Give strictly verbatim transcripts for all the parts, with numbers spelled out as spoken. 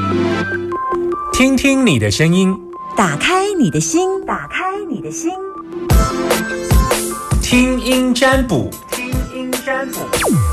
听听你的声音， 打开你的心，打开你的心， 听音占卜，听音占卜。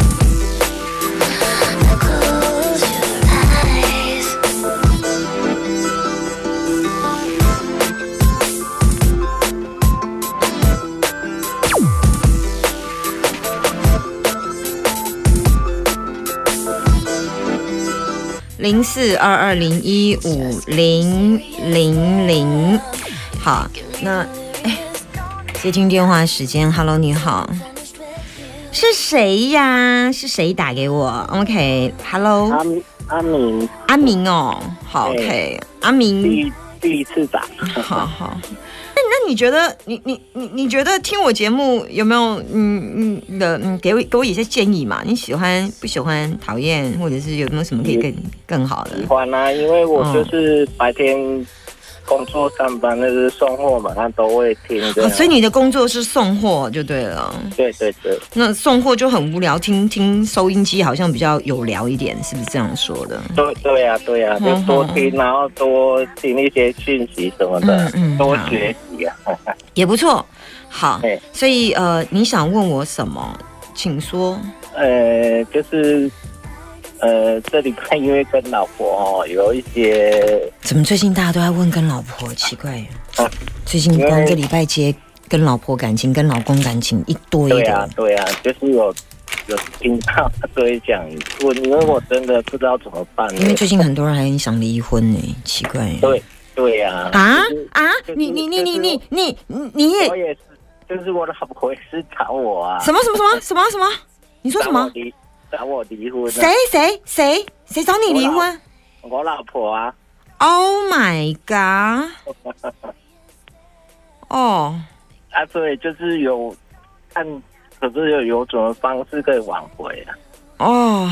零四二二零一五零零零，好，那哎，接听电话时间 ，Hello， 你好，是谁呀？是谁打给我 ？OK，Hello，、 okay, 阿阿明， 阿明哦，好 ，OK， 阿明， 第第一次打， 好好。那那你觉得你你你你觉得听我节目有没有嗯嗯的嗯给我给我一些建议嘛？你喜欢不喜欢讨厌，或者是有没有什么可以更更好的？ 喜欢啊，因为我就是白天工作上班，那是送货嘛，他都会听的、 哦。所以你的工作是送货就对了。 对对对。 那送货就很无聊，听听收音机好像比较有聊一点，是不是这样说的？ 对对呀、啊、对呀、啊，就多听，然后多听一些讯息什么的，嗯嗯、多学习啊， 也不错。好，所以呃，你想问我什么，请说。 呃，就是。呃，这礼拜因为跟老婆哦有一些， 怎么最近大家都在问跟老婆？奇怪，啊、最近光这礼拜接跟老婆感情、跟老公感情一堆的。 对啊，对啊，就是有有听到所以讲问，因为我真的不知道怎么办。 因为最近很多人还很想离婚呢，奇怪。 对对呀、 啊，啊啊！你你你你你你你也， 我也是，就是我老婆也是找我啊。 什么什么什么什么什么？你说什么？ 找我离婚、啊？ 谁谁谁谁找你离婚？ 我老婆啊 ！Oh my god！ 哦， 啊，所以就是有看，可是有有什么方式可以挽回啊？ 哦，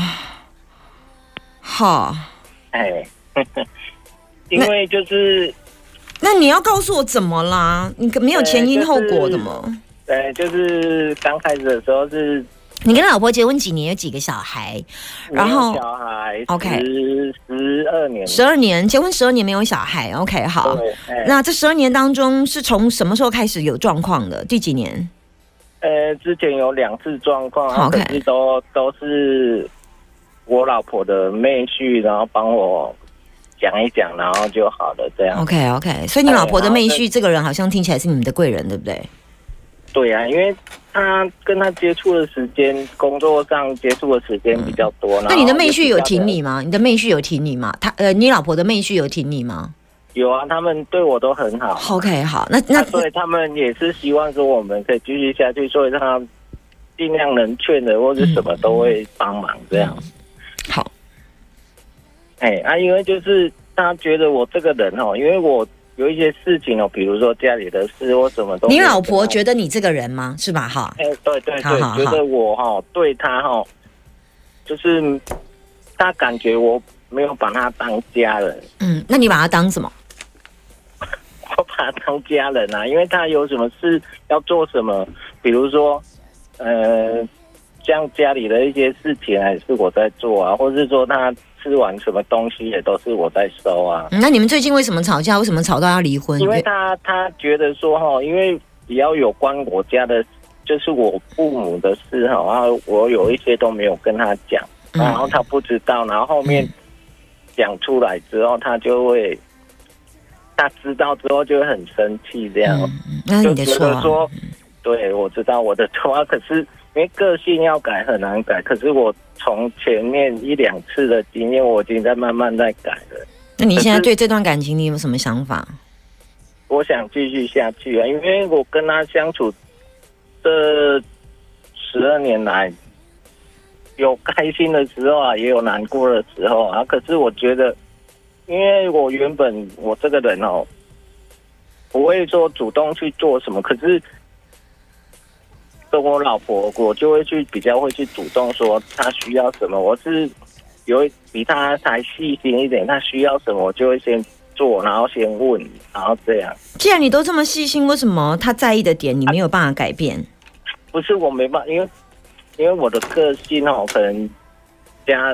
好， 哎，因为就是那，那你要告诉我怎么啦？你没有前因后果的吗？ 对，就是刚开始的时候是。 你跟老婆结婚几年？有几个小孩？然后小孩 OK 十十二年， 十二年结婚十二年没有小孩 OK 好。那这十二年当中是从什么时候开始有状况的？第几年？ 呃，之前有两次状况，可是都都是我老婆的妹婿，然后帮我讲一讲，然后就好了这样。 OK OK， 所以你老婆的妹婿这个人好像听起来是你们的贵人，对不对？ 对啊，因为他跟他接触的时间，工作上接触的时间比较多。嗯、 那你的妹婿有挺你吗？你的妹婿有挺你吗？他呃，你老婆的妹婿有挺你吗？ 有啊，他们对我都很好。 OK， 好，那那、啊、 所以他们也是希望说我们可以继续下去，所以他尽量能劝的或者什么都会帮忙这样。 嗯、好， 哎啊，因为就是他觉得我这个人哦，因为我。有一些事情哦，比如说家里的事或什么都。你老婆觉得你这个人吗？是吧？哈。 哎、欸，对对对，好好好觉得我哈、哦、对他哈、哦，就是他感觉我没有把他当家人。 嗯，那你把他当什么？ 我把他当家人啊，因为他有什么事要做什么，比如说呃，像家里的一些事情还是我在做啊，或是说他。吃完什么东西也都是我在收啊、 嗯。那你们最近为什么吵架？为什么吵到要离婚？ 因为他他觉得说哈，因为只要有关我家的，就是我父母的事哈，然后我有一些都没有跟他讲，然后他不知道，然后后面讲出来之后，他就会他知道之后就会很生气，这样。 嗯，那是你的错、啊。 说，对，我知道我的错，可是因为个性要改很难改，可是我。从前面一两次的经验，我已经在慢慢在改了。 那你现在对这段感情，你有什么想法？ 我想继续下去啊，因为我跟他相处这十二年来，有开心的时候啊，也有难过的时候啊。可是我觉得，因为我原本我这个人哦，不会说主动去做什么，可是。跟我老婆，我就会去比较会去主动说她需要什么，我是有比她还细心一点，她需要什么我就会先做，然后先问，然后这样。 既然你都这么细心，为什么她在意的点你没有办法改变？啊、 不是我没办法，因为因为我的个性哦，可能家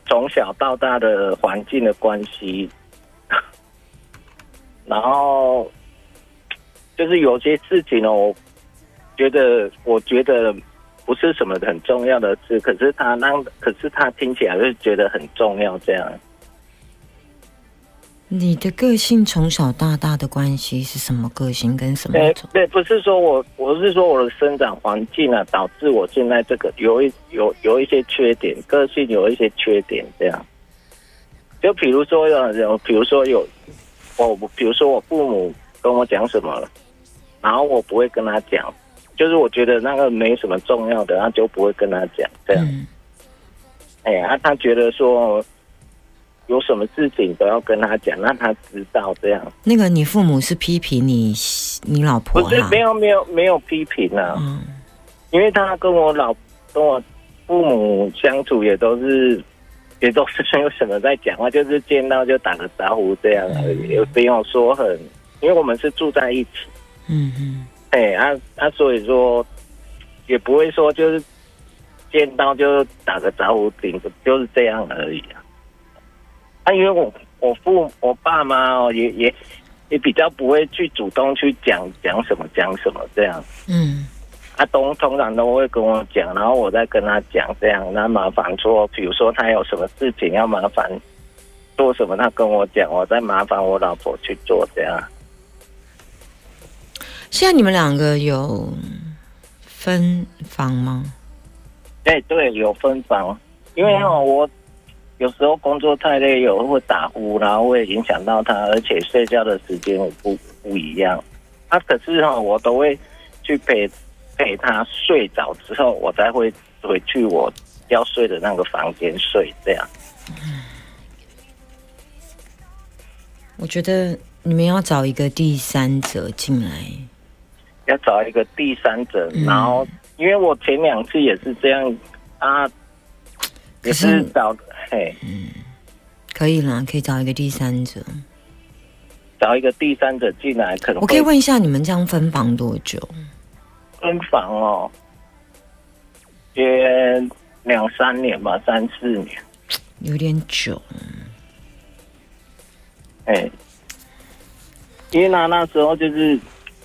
从小到大的环境的关系，然后就是有些事情哦，我觉得我觉得不是什么很重要的事，可是他让，可是他听起来就觉得很重要这样。 你的个性从小到大的关系是什么个性跟什么？ 对对，不是说我，我是说我的生长环境啊，导致我现在这个有一有有一些缺点，个性有一些缺点这样。就比如说有有，比如说有我，比如说我父母跟我讲什么了，然后我不会跟他讲，就是我觉得那个没什么重要的，他就不会跟他讲这样。嗯、哎呀、啊，他觉得说。有什么事情都要跟他讲，让他知道这样。 那个你父母是批评你你老婆、啊？ 不是，没有没有没有批评啊。嗯，因为他跟我老跟我父母相处也都是也都是没有什么在讲话，就是见到就打个招呼这样而已，也没有说很，因为我们是住在一起。嗯嗯。哎，啊啊，所以说也不会说就是见到就打个招呼，顶就是这样而已啊。啊，因为我我父我爸妈哦，也也也比较不会去主动去讲讲什么讲什么这样，嗯，啊，都通常都会跟我讲，然后我再跟他讲这样，那麻烦说，比如说他有什么事情要麻烦做什么，他跟我讲，我再麻烦我老婆去做这样。 现在你们两个有分房吗？ 对对，有分房，因为哦我。有时候工作太累，有会打呼，然后会影响到他，而且睡觉的时间不不一样。啊，可是哈、哦，我都会去陪陪他睡着之后，我才会回去我要睡的那个房间睡。这样， 我觉得你们要找一个第三者进来， 要找一个第三者，嗯、然后因为我前两次也是这样啊，也是找。嘿，嗯， 可以啦，可以找一个第三者， 找一个第三者进来，可能我可以问一下，你们这样分房多久？ 分房哦，约两三年吧，三四年， 有点久。 哎，因为他那时候就是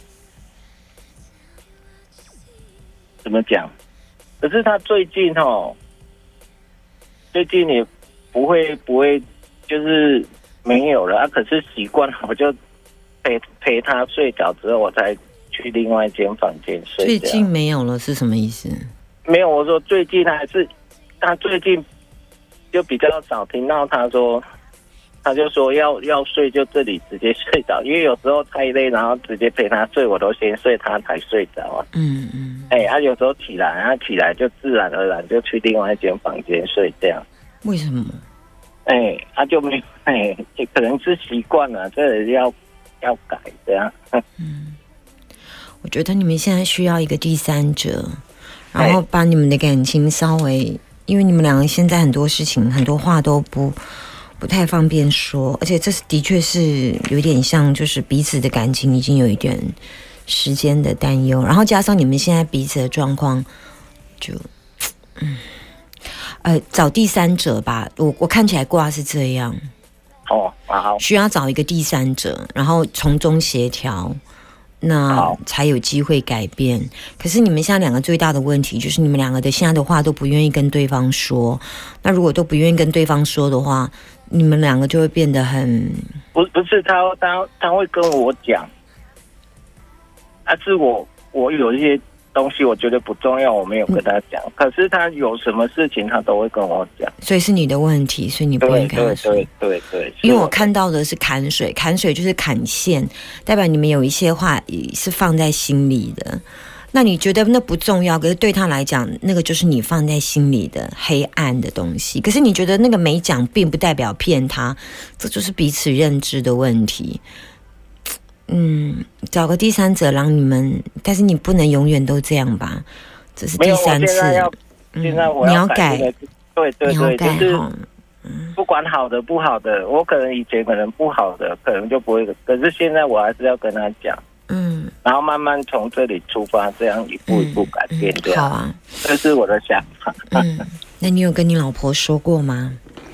怎么讲？可是他最近哦。最近也不会不会就是没有了啊，可是习惯了，我就陪陪他睡着之后，我才去另外一间房间睡。 最近没有了是什么意思？ 没有，我说最近还是他最近就比较少听到他说，他就说要要睡就这里直接睡着，因为有时候太累，然后直接陪他睡，我都先睡，他才睡着啊。嗯嗯。哎、欸，他、啊、有时候起来，他起来就自然而然就去另外一间房间睡，这样。 为什么？ 哎、欸，他、啊、就没哎，就可能是习惯了，这要要改这样。 嗯，我觉得你们现在需要一个第三者，然后把你们的感情稍微，因为你们两个现在很多事情、很多话都不不太方便说，而且这是的确是有点像，就是彼此的感情已经有一点时间的担忧，然后加上你们现在彼此的状况，就嗯呃找第三者吧。我我看起来卦是这样。 哦，好， 需要找一个第三者，然后从中协调，那才有机会改变。可是你们现在两个最大的问题就是你们两个的现在的话都不愿意跟对方说。那如果都不愿意跟对方说的话，你们两个就会变得很不不是他他他会跟我讲，但是我我有一些东西我觉得不重要，我没有跟他讲。嗯、可是他有什么事情他都会跟我讲， 所以是你的问题，所以你不会跟他说。 对对对对， 因为我看到的是砍水，砍水就是砍线，代表你们有一些话是放在心里的。那你觉得那不重要，可是对他来讲，那个就是你放在心里的黑暗的东西。可是你觉得那个没讲，并不代表骗他，这就是彼此认知的问题。嗯，找个第三者让你们，但是你不能永远都这样吧？这是第三次。 现在我要改，对对对，就是不管好的不好的，我可能以前可能不好的，可能就不会，可是现在我还是要跟他讲。嗯，然后慢慢从这里出发，这样一步一步改变，这样、嗯、好啊，这是我的想法。 嗯，那你有跟你老婆说过吗？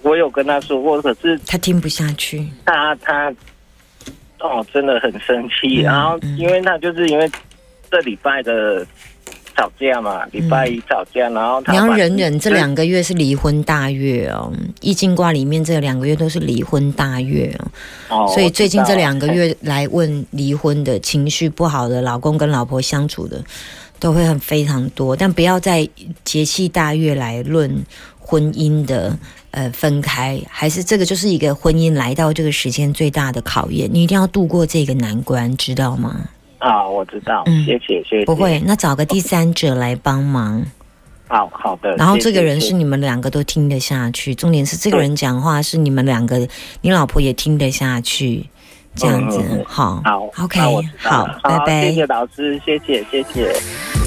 我有跟他说过，可是他听不下去。 他他哦，真的很生气。 嗯、 然后，因为他就是因为这礼拜的吵架嘛，礼拜一吵架，嗯、然后他你要忍忍，这两个月是离婚大月哦。易经卦里面这两个月都是离婚大月哦，哦所以最近这两个月来问离婚的情绪不好的老公跟老婆相处的都会很非常多，但不要在节气大月来论婚姻的。呃，分开还是这个就是一个婚姻来到这个时间最大的考验，你一定要度过这个难关，知道吗？ 啊，我知道，嗯、谢谢谢谢。 不会，那找个第三者来帮忙。 好好的。 然后这个人是你们两个都听得下去，重点是这个人讲话是你们两个，你老婆也听得下去，这样子。嗯、好， 好 ，OK， 好， 拜拜。 谢谢老师，谢谢谢谢。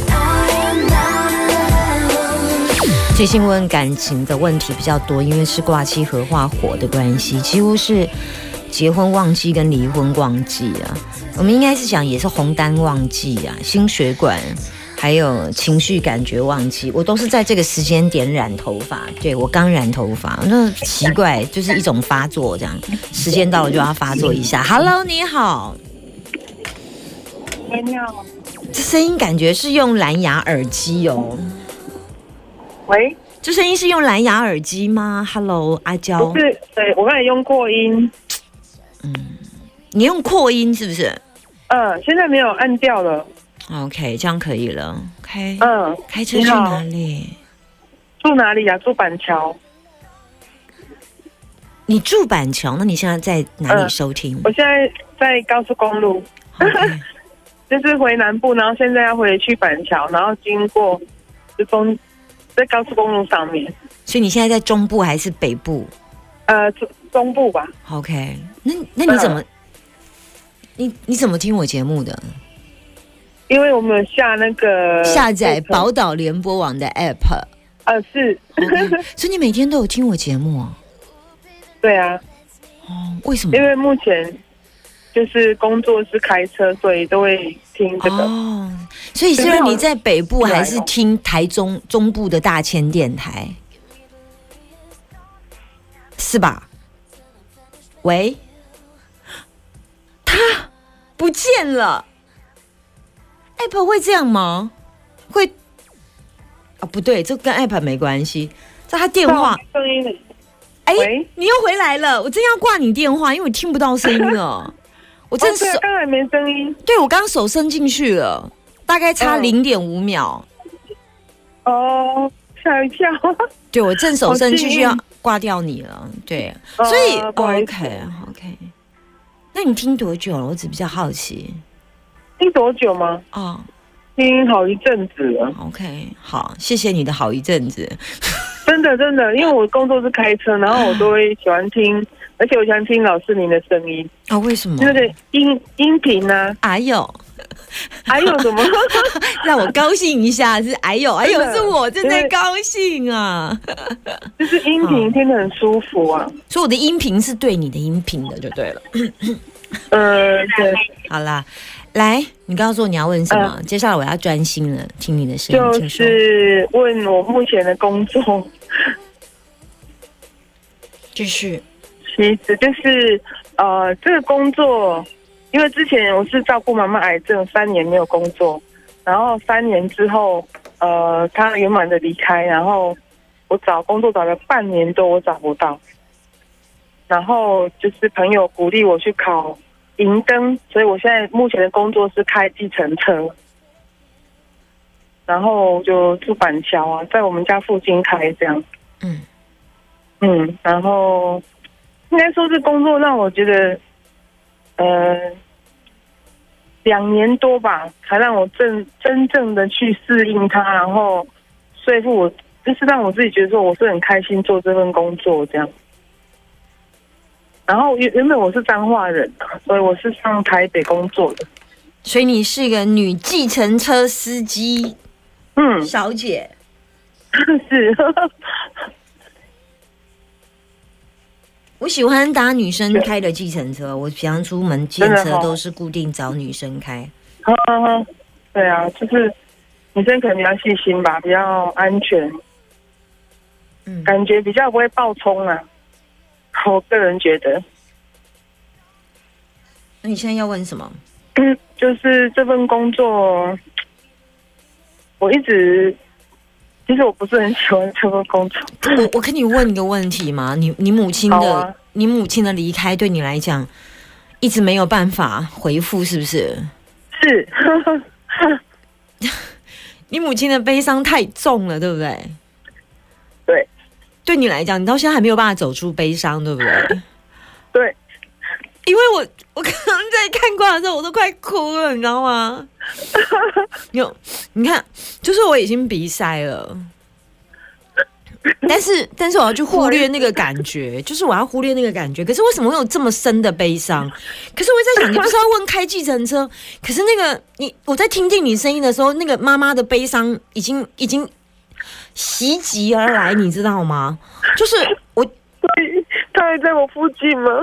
最近问感情的问题比较多，因为是卦气合化火的关系，几乎是结婚旺季跟离婚旺季啊。我们应该是讲也是红单旺季啊，心血管还有情绪感觉旺季，我都是在这个时间点染头发。对，我刚染头发，那奇怪，就是一种发作，这样时间到了就要发作一下。Hello， 你好。 喂，你好。 这声音感觉是用蓝牙耳机哦。 喂， 这声音是用蓝牙耳机吗 ？Hello， 阿娇。 不是，对我刚才用扩音。 嗯，你用扩音是不是？ 嗯，现在没有按掉了。 OK， 这样可以了。OK， 嗯， 开车去哪里？ 住哪里啊？住板桥。 你住板桥，那你现在在哪里收听？ 嗯、我现在在高速公路， okay. 就是回南部，然后现在要回去板桥，然后经过就中。在高速公路上面， 所以你现在在中部还是北部？ 呃，中中部吧。 OK， 那那你怎么，呃、你你怎么听我节目的？ 因为我们有下那个下载宝岛联播网的 App。 呃，是。 Okay, 所以你每天都有听我节目啊？ 对啊。 哦，为什么？ 因为目前就是工作是开车，所以都会听这个。 哦。所以，虽然你在北部，还是听台中中部的大千电台，是吧？喂，他不见了 ，App 会这样吗？会啊？不对，这跟 App 没关系，这他电话声音。 哎，你又回来了，我真要挂你电话，因为我听不到声音了。我真手刚才没声音， 对我刚手伸进去了。大概差零点五秒， 哦，吓一跳。 对，我正手伸进去要挂掉你了，对， 哦、 所以 OK OK。那你听多久了？我只比较好奇。 听多久吗？ 哦， 听好一阵子了。 OK， 好，谢谢你的好一阵子。 真的真的，因为我工作是开车，然后我都会喜欢听，而且我喜欢听老师您的声音。 啊、哦，为什么？ 那个音音频呢？ 哎呦。 还有什么让我高兴一下？是哎呦哎呦，是我正在高兴啊！ 就是音频听得很舒服啊， 所以我的音频是对你的音频的，就对了。 呃，对， 好啦，来，你告诉我你要问什么？呃、接下来我要专心了，听你的声音。就是问我目前的工作， 继续。 其实就是呃，这个工作。因为之前我是照顾妈妈癌症，三年没有工作，然后三年之后，呃，她圆满的离开，然后我找工作找了半年多，我找不到，然后就是朋友鼓励我去考银灯，所以我现在目前的工作是开计程车，然后就住板桥啊，在我们家附近开这样，嗯嗯，然后应该说这工作让我觉得。呃，两年多吧，才让我真真正的去适应它，然后说服我，就是让我自己觉得说我是很开心做这份工作这样。然后原原本我是彰化人，所以我是上台北工作的。 所以你是一个女计程车司机，嗯，小姐是。 我喜欢搭女生开的计程车，我平常出门计程车都是固定找女生开。 呵呵对啊，就是女生可能比较细心吧，比较安全，嗯，感觉比较不会爆冲啊。 我个人觉得。 那你现在要问什么？ 嗯，就是这份工作，我一直其实我不是很喜欢这份工作。 我我跟你问一个问题嘛，你你母亲的、 啊、 你母亲的离开对你来讲一直没有办法回复，是不是？ 是。 你母亲的悲伤太重了，对不对？ 对。 对你来讲，你到现在还没有办法走出悲伤，对不对？ 对。 因为我我刚刚在看挂的时候，我都快哭了，你知道吗？有，你看，就是我已经鼻塞了，但是但是我要去忽略那个感觉，就是我要忽略那个感觉。可是为什么会有这么深的悲伤？可是我在想，你不是要问开计程车？可是那个你，我在听听你声音的时候，那个妈妈的悲伤已经已经袭击而来，你知道吗？就是我， 对，他还在我附近吗？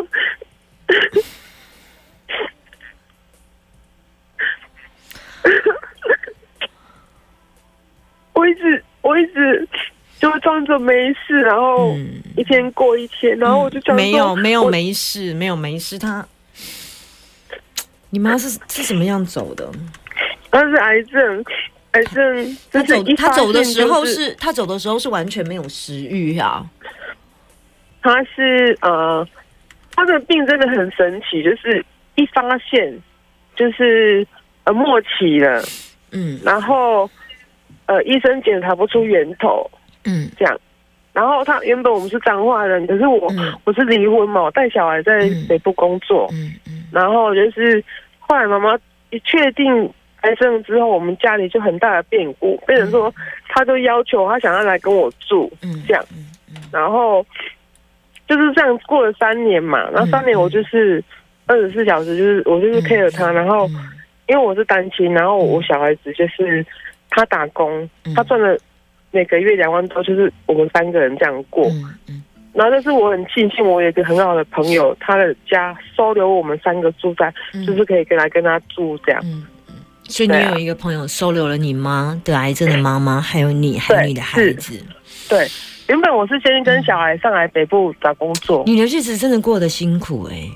我一直我一直就装着没事，然后一天过一天，嗯、然后我就讲说没有没有没事没有没事。他，你妈是是什么样走的？ 她是癌症，癌症。 他走他走的时候是他走的时候是完全没有食欲啊。 他是呃。他的病真的很神奇，就是一发现就是呃末期了，嗯，然后呃医生检查不出源头，嗯，这样，然后他原本我们是彰化人，可是我、嗯、我是离婚嘛，我带小孩在北部工作，嗯嗯，然后就是后来妈妈一确定癌症之后，我们家里就很大的变故，变成说他就要求他想要来跟我住，嗯，这样，然后。就是这样过了三年嘛，然后三年我就是二十四小时，就是我就是 care 他，然后因为我是单亲，然后我小孩子就是他打工，他赚了每个月两万多，就是我们三个人这样过。然后但是我很庆幸，我有一个很好的朋友，他的家收留我们三个住在，就是可以跟来跟他住这样。 所以你有一个朋友收留了你妈得癌症的妈妈，还有你，还有你的孩子。 对。原本我是先跟小孩上来北部找工作， 你的日子真的过得辛苦哎、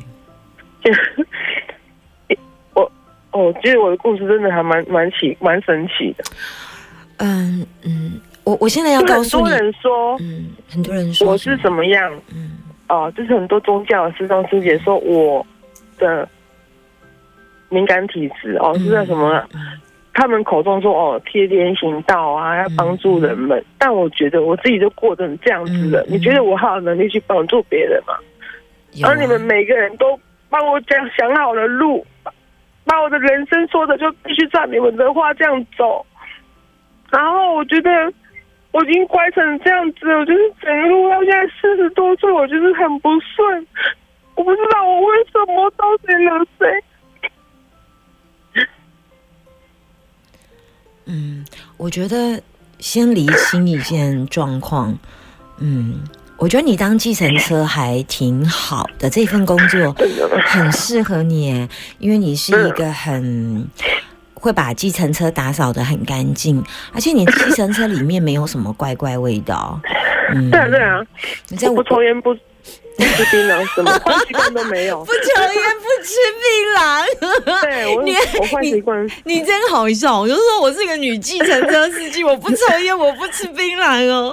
欸。我我觉得我的故事真的还蛮蛮奇蛮神奇的。 嗯嗯，我我现在要告诉你， 很多人说， 嗯，很多人说我是怎么样，嗯，哦、呃，就是很多宗教的师兄师姐说我的敏感体质哦，是在什么、啊？嗯嗯他们口中说哦，贴天行道啊，要帮助人们。嗯、但我觉得我自己就过成这样子了。嗯、你觉得我还有能力去帮助别人吗？啊、而你们每个人都帮我讲想好了路，把我的人生说的就必须照你们的话这样走。然后我觉得我已经乖成这样子了，我就是整个路到现在四十多岁，我就是很不顺。我不知道我为什么招谁惹谁。 嗯，我觉得先厘清一件状况。嗯，我觉得你当计程车还挺好的，这份工作很适合你，因为你是一个很会把计程车打扫得很干净，而且你计程车里面没有什么怪怪味道。嗯， 对啊对啊， 你在我不抽烟不。不吃槟榔，什么坏习惯都没有。 不抽烟，不吃槟榔。 对，我我坏习惯。 你真好笑，我就说我是个女计程车司机，我不抽烟，我不吃槟榔哦。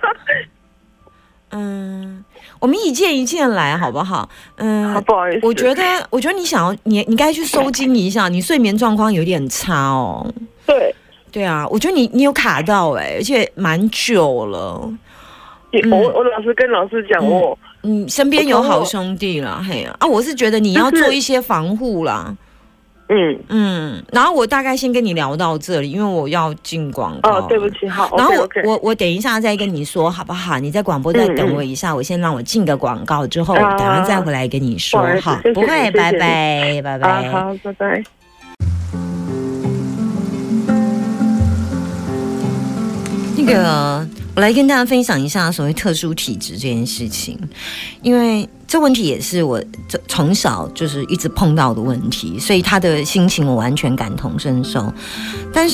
嗯，我们一件一件来，好不好？嗯， 好不好意思。 我觉得，我觉得你想要，你你该去收精一下，你睡眠状况有点差哦。 对。 对啊，我觉得你你有卡到哎、欸，而且蛮久了。 嗯、我我老实跟老师讲，我。 嗯你身边有好兄弟啦，嘿呀啊！我是觉得你要做一些防护啦，嗯嗯。然后我大概先跟你聊到这里，因为我要进广告。 哦，对不起，好。 然后我 okay, okay 我我等一下再跟你说好不好？你在广播再等我一下，嗯、我先让我进个广告，之后、啊、等下再回来跟你说。好，不会，谢谢拜拜，拜拜、 啊。好，拜拜。 那个。我来跟大家分享一下所谓特殊体质这件事情，因为这问题也是我从小就是一直碰到的问题，所以他的心情我完全感同身受。但是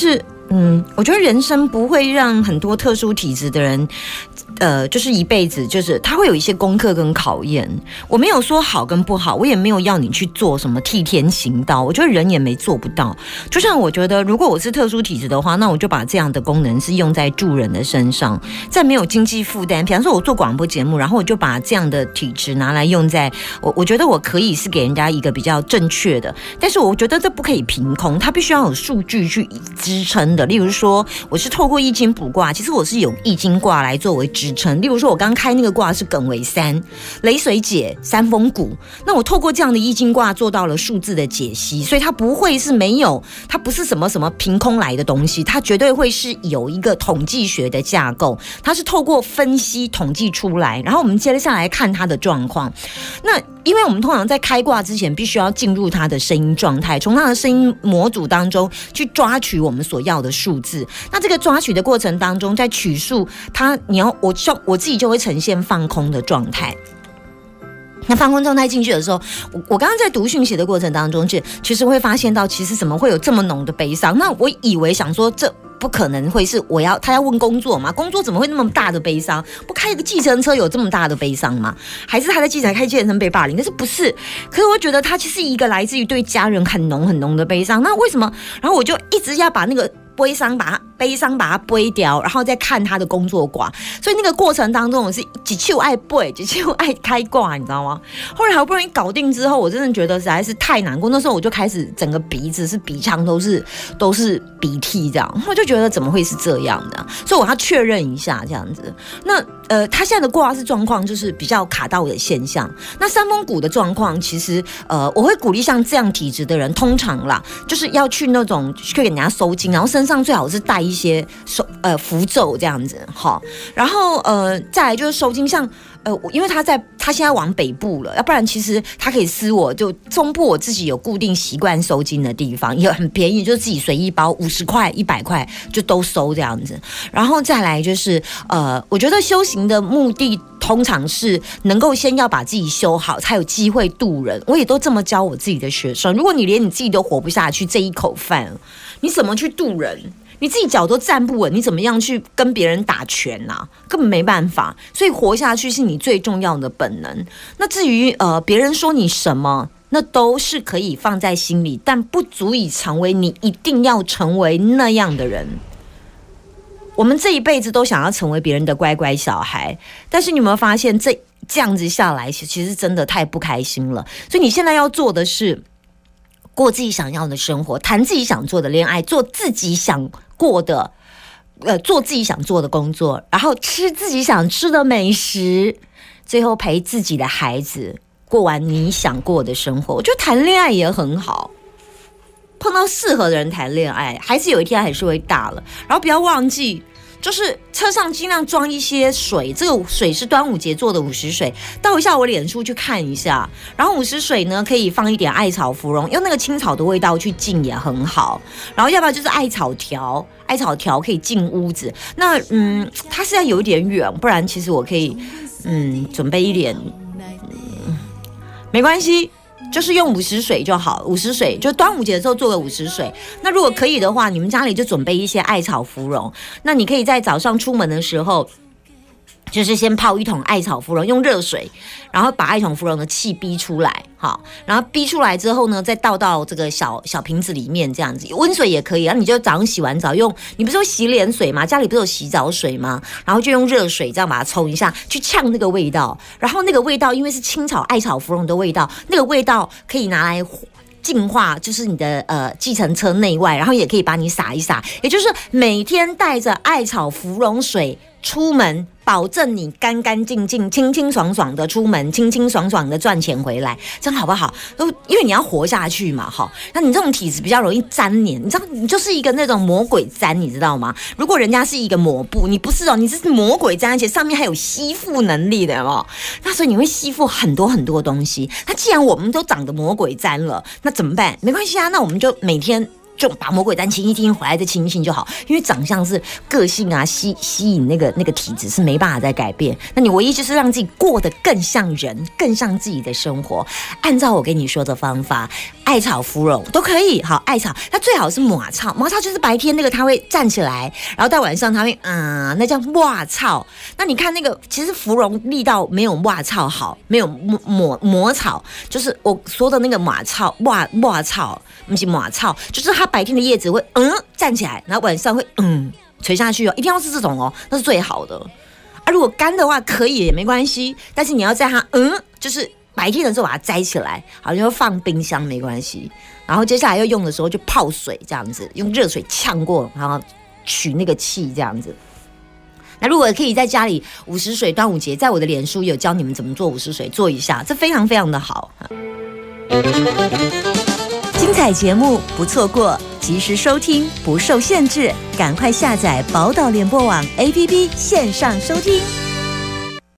嗯，我觉得人生不会让很多特殊体质的人，呃，就是一辈子，就是他会有一些功课跟考验。我没有说好跟不好，我也没有要你去做什么替天行道，我觉得人也没做不到。就像我觉得，如果我是特殊体质的话，那我就把这样的功能是用在助人的身上，在没有经济负担。比方说，我做广播节目，然后我就把这样的体质拿来用在我，我觉得我可以是给人家一个比较正确的，但是我觉得这不可以凭空，它必须要有数据去支撑的。例如说，我是透过易经卜卦，其实我是有易经卦来作为支撑。例如说，我刚开那个卦是艮为三，雷水解，三风谷。那我透过这样的易经卦做到了数字的解析，所以它不会是没有，它不是什么什么凭空来的东西，它绝对会是有一个统计学的架构，它是透过分析统计出来，然后我们接下来看它的状况。那因为我们通常在开卦之前，必须要进入它的声音状态，从它的声音模组当中去抓取我们所要的数字。那这个抓取的过程当中，在取数，它你要我我自己就会呈现放空的状态。那放空状态进去的时候，我我刚刚在读讯息的过程当中，就其实会发现到，其实怎么会有这么浓的悲伤？那我以为想说这。不可能会是我要他要问工作嘛？工作怎么会那么大的悲伤？不开一个计程车有这么大的悲伤吗？还是他在计程开计程车被霸凌？但是不是？可是我觉得他其实一个来自于对家人很浓很浓的悲伤。那为什么？然后我就一直要把那个悲伤把它悲伤把它背掉，然后再看他的工作卦。所以那个过程当中，我是几手爱背，几手爱开卦，你知道吗？后来好不容易搞定之后，我真的觉得实在是太难过。那时候我就开始整个鼻子是鼻腔都是都是鼻涕这样，我就觉得怎么会是这样的？所以我要确认一下这样子。那呃，他现在的卦是状况就是比较卡到的现象。那三风谷的状况，其实呃，我会鼓励像这样体质的人，通常啦，就是要去那种去给人家收金，然后身上最好是带一些收呃符咒这样子，好，然后呃，再来就是收金，像呃，因为他在他现在往北部了，要不然其实他可以私我，就中部我自己有固定习惯收金的地方，也很便宜，就是自己随意包五十块、一百块就都收这样子。然后再来就是呃，我觉得修行的目的通常是能够先要把自己修好，才有机会度人。我也都这么教我自己的学生，如果你连你自己都活不下去这一口饭，你怎么去度人？你自己脚都站不稳，你怎么样去跟别人打拳啊？根本没办法。所以活下去是你最重要的本能。那至于呃别人说你什么，那都是可以放在心里，但不足以成为你一定要成为那样的人。我们这一辈子都想要成为别人的乖乖小孩，但是你有没有发现这这样子下来，其实真的太不开心了。所以你现在要做的是过自己想要的生活，谈自己想做的恋爱，做自己想过的，呃，做自己想做的工作，然后吃自己想吃的美食，最后陪自己的孩子过完你想过的生活。我觉得谈恋爱也很好，碰到适合的人谈恋爱，还是有一天还是会大了。然后不要忘记，就是车上尽量装一些水，这个水是端午节做的午时水，倒一下我脸书去看一下。然后午时水呢，可以放一点艾草芙蓉，用那个青草的味道去浸也很好。然后要不然就是艾草条，艾草条可以进屋子。那嗯，它现在有一点远，不然其实我可以嗯准备一点，嗯、没关系。就是用午时水就好，午时水就端午节的时候做个午时水。那如果可以的话，你们家里就准备一些艾草芙蓉。那你可以在早上出门的时候，就是先泡一桶艾草芙蓉，用热水，然后把艾草芙蓉的气逼出来，好，然后逼出来之后呢，再倒到这个小小瓶子里面，这样子，温水也可以。然后你就早上洗完澡用，你不是有洗脸水吗？家里不是有洗澡水吗？然后就用热水这样把它冲一下，去呛那个味道。然后那个味道，因为是青草艾草芙蓉的味道，那个味道可以拿来净化，就是你的呃计程车内外，然后也可以把你洒一洒，也就是每天带着艾草芙蓉水出门，保证你干干净净、清清爽爽的出门，清清爽爽的赚钱回来，这样好不好？因为你要活下去嘛，哈。那你这种体质比较容易粘黏，你知道，你就是一个那种魔鬼粘，你知道吗？如果人家是一个抹布，你不是哦，你是魔鬼粘，而且上面还有吸附能力的，有没有？那所以你会吸附很多很多东西。那既然我们都长得魔鬼粘了，那怎么办？没关系啊，那我们就每天就把魔鬼单亲一听回来再亲一亲就好，因为长相是个性啊吸吸引那个那个体质是没办法再改变，那你唯一就是让自己过得更像人，更像自己的生活，按照我给你说的方法，艾草芙蓉都可以。好，艾草它最好是马草，马草就是白天那个它会站起来，然后到晚上它会嗯，那叫袜草。那你看那个其实芙蓉力道没有袜草好，没有抹抹草，就是我说的那个马草袜袜草，不是马草，就是它白天的叶子会嗯站起来，然后晚上会嗯垂下去哦，一定要是这种哦，那是最好的。啊，如果干的话可以也没关系，但是你要在它嗯，就是白天的时候把它摘起来，好，就放冰箱没关系。然后接下来要用的时候就泡水这样子，用热水呛过，然后取那个气这样子。那如果可以在家里午时水，端午节在我的脸书有教你们怎么做午时水，做一下，这非常非常的好。 精彩节目不错过，及时收听不受限制，赶快下载宝岛联播网 A P P 线上收听。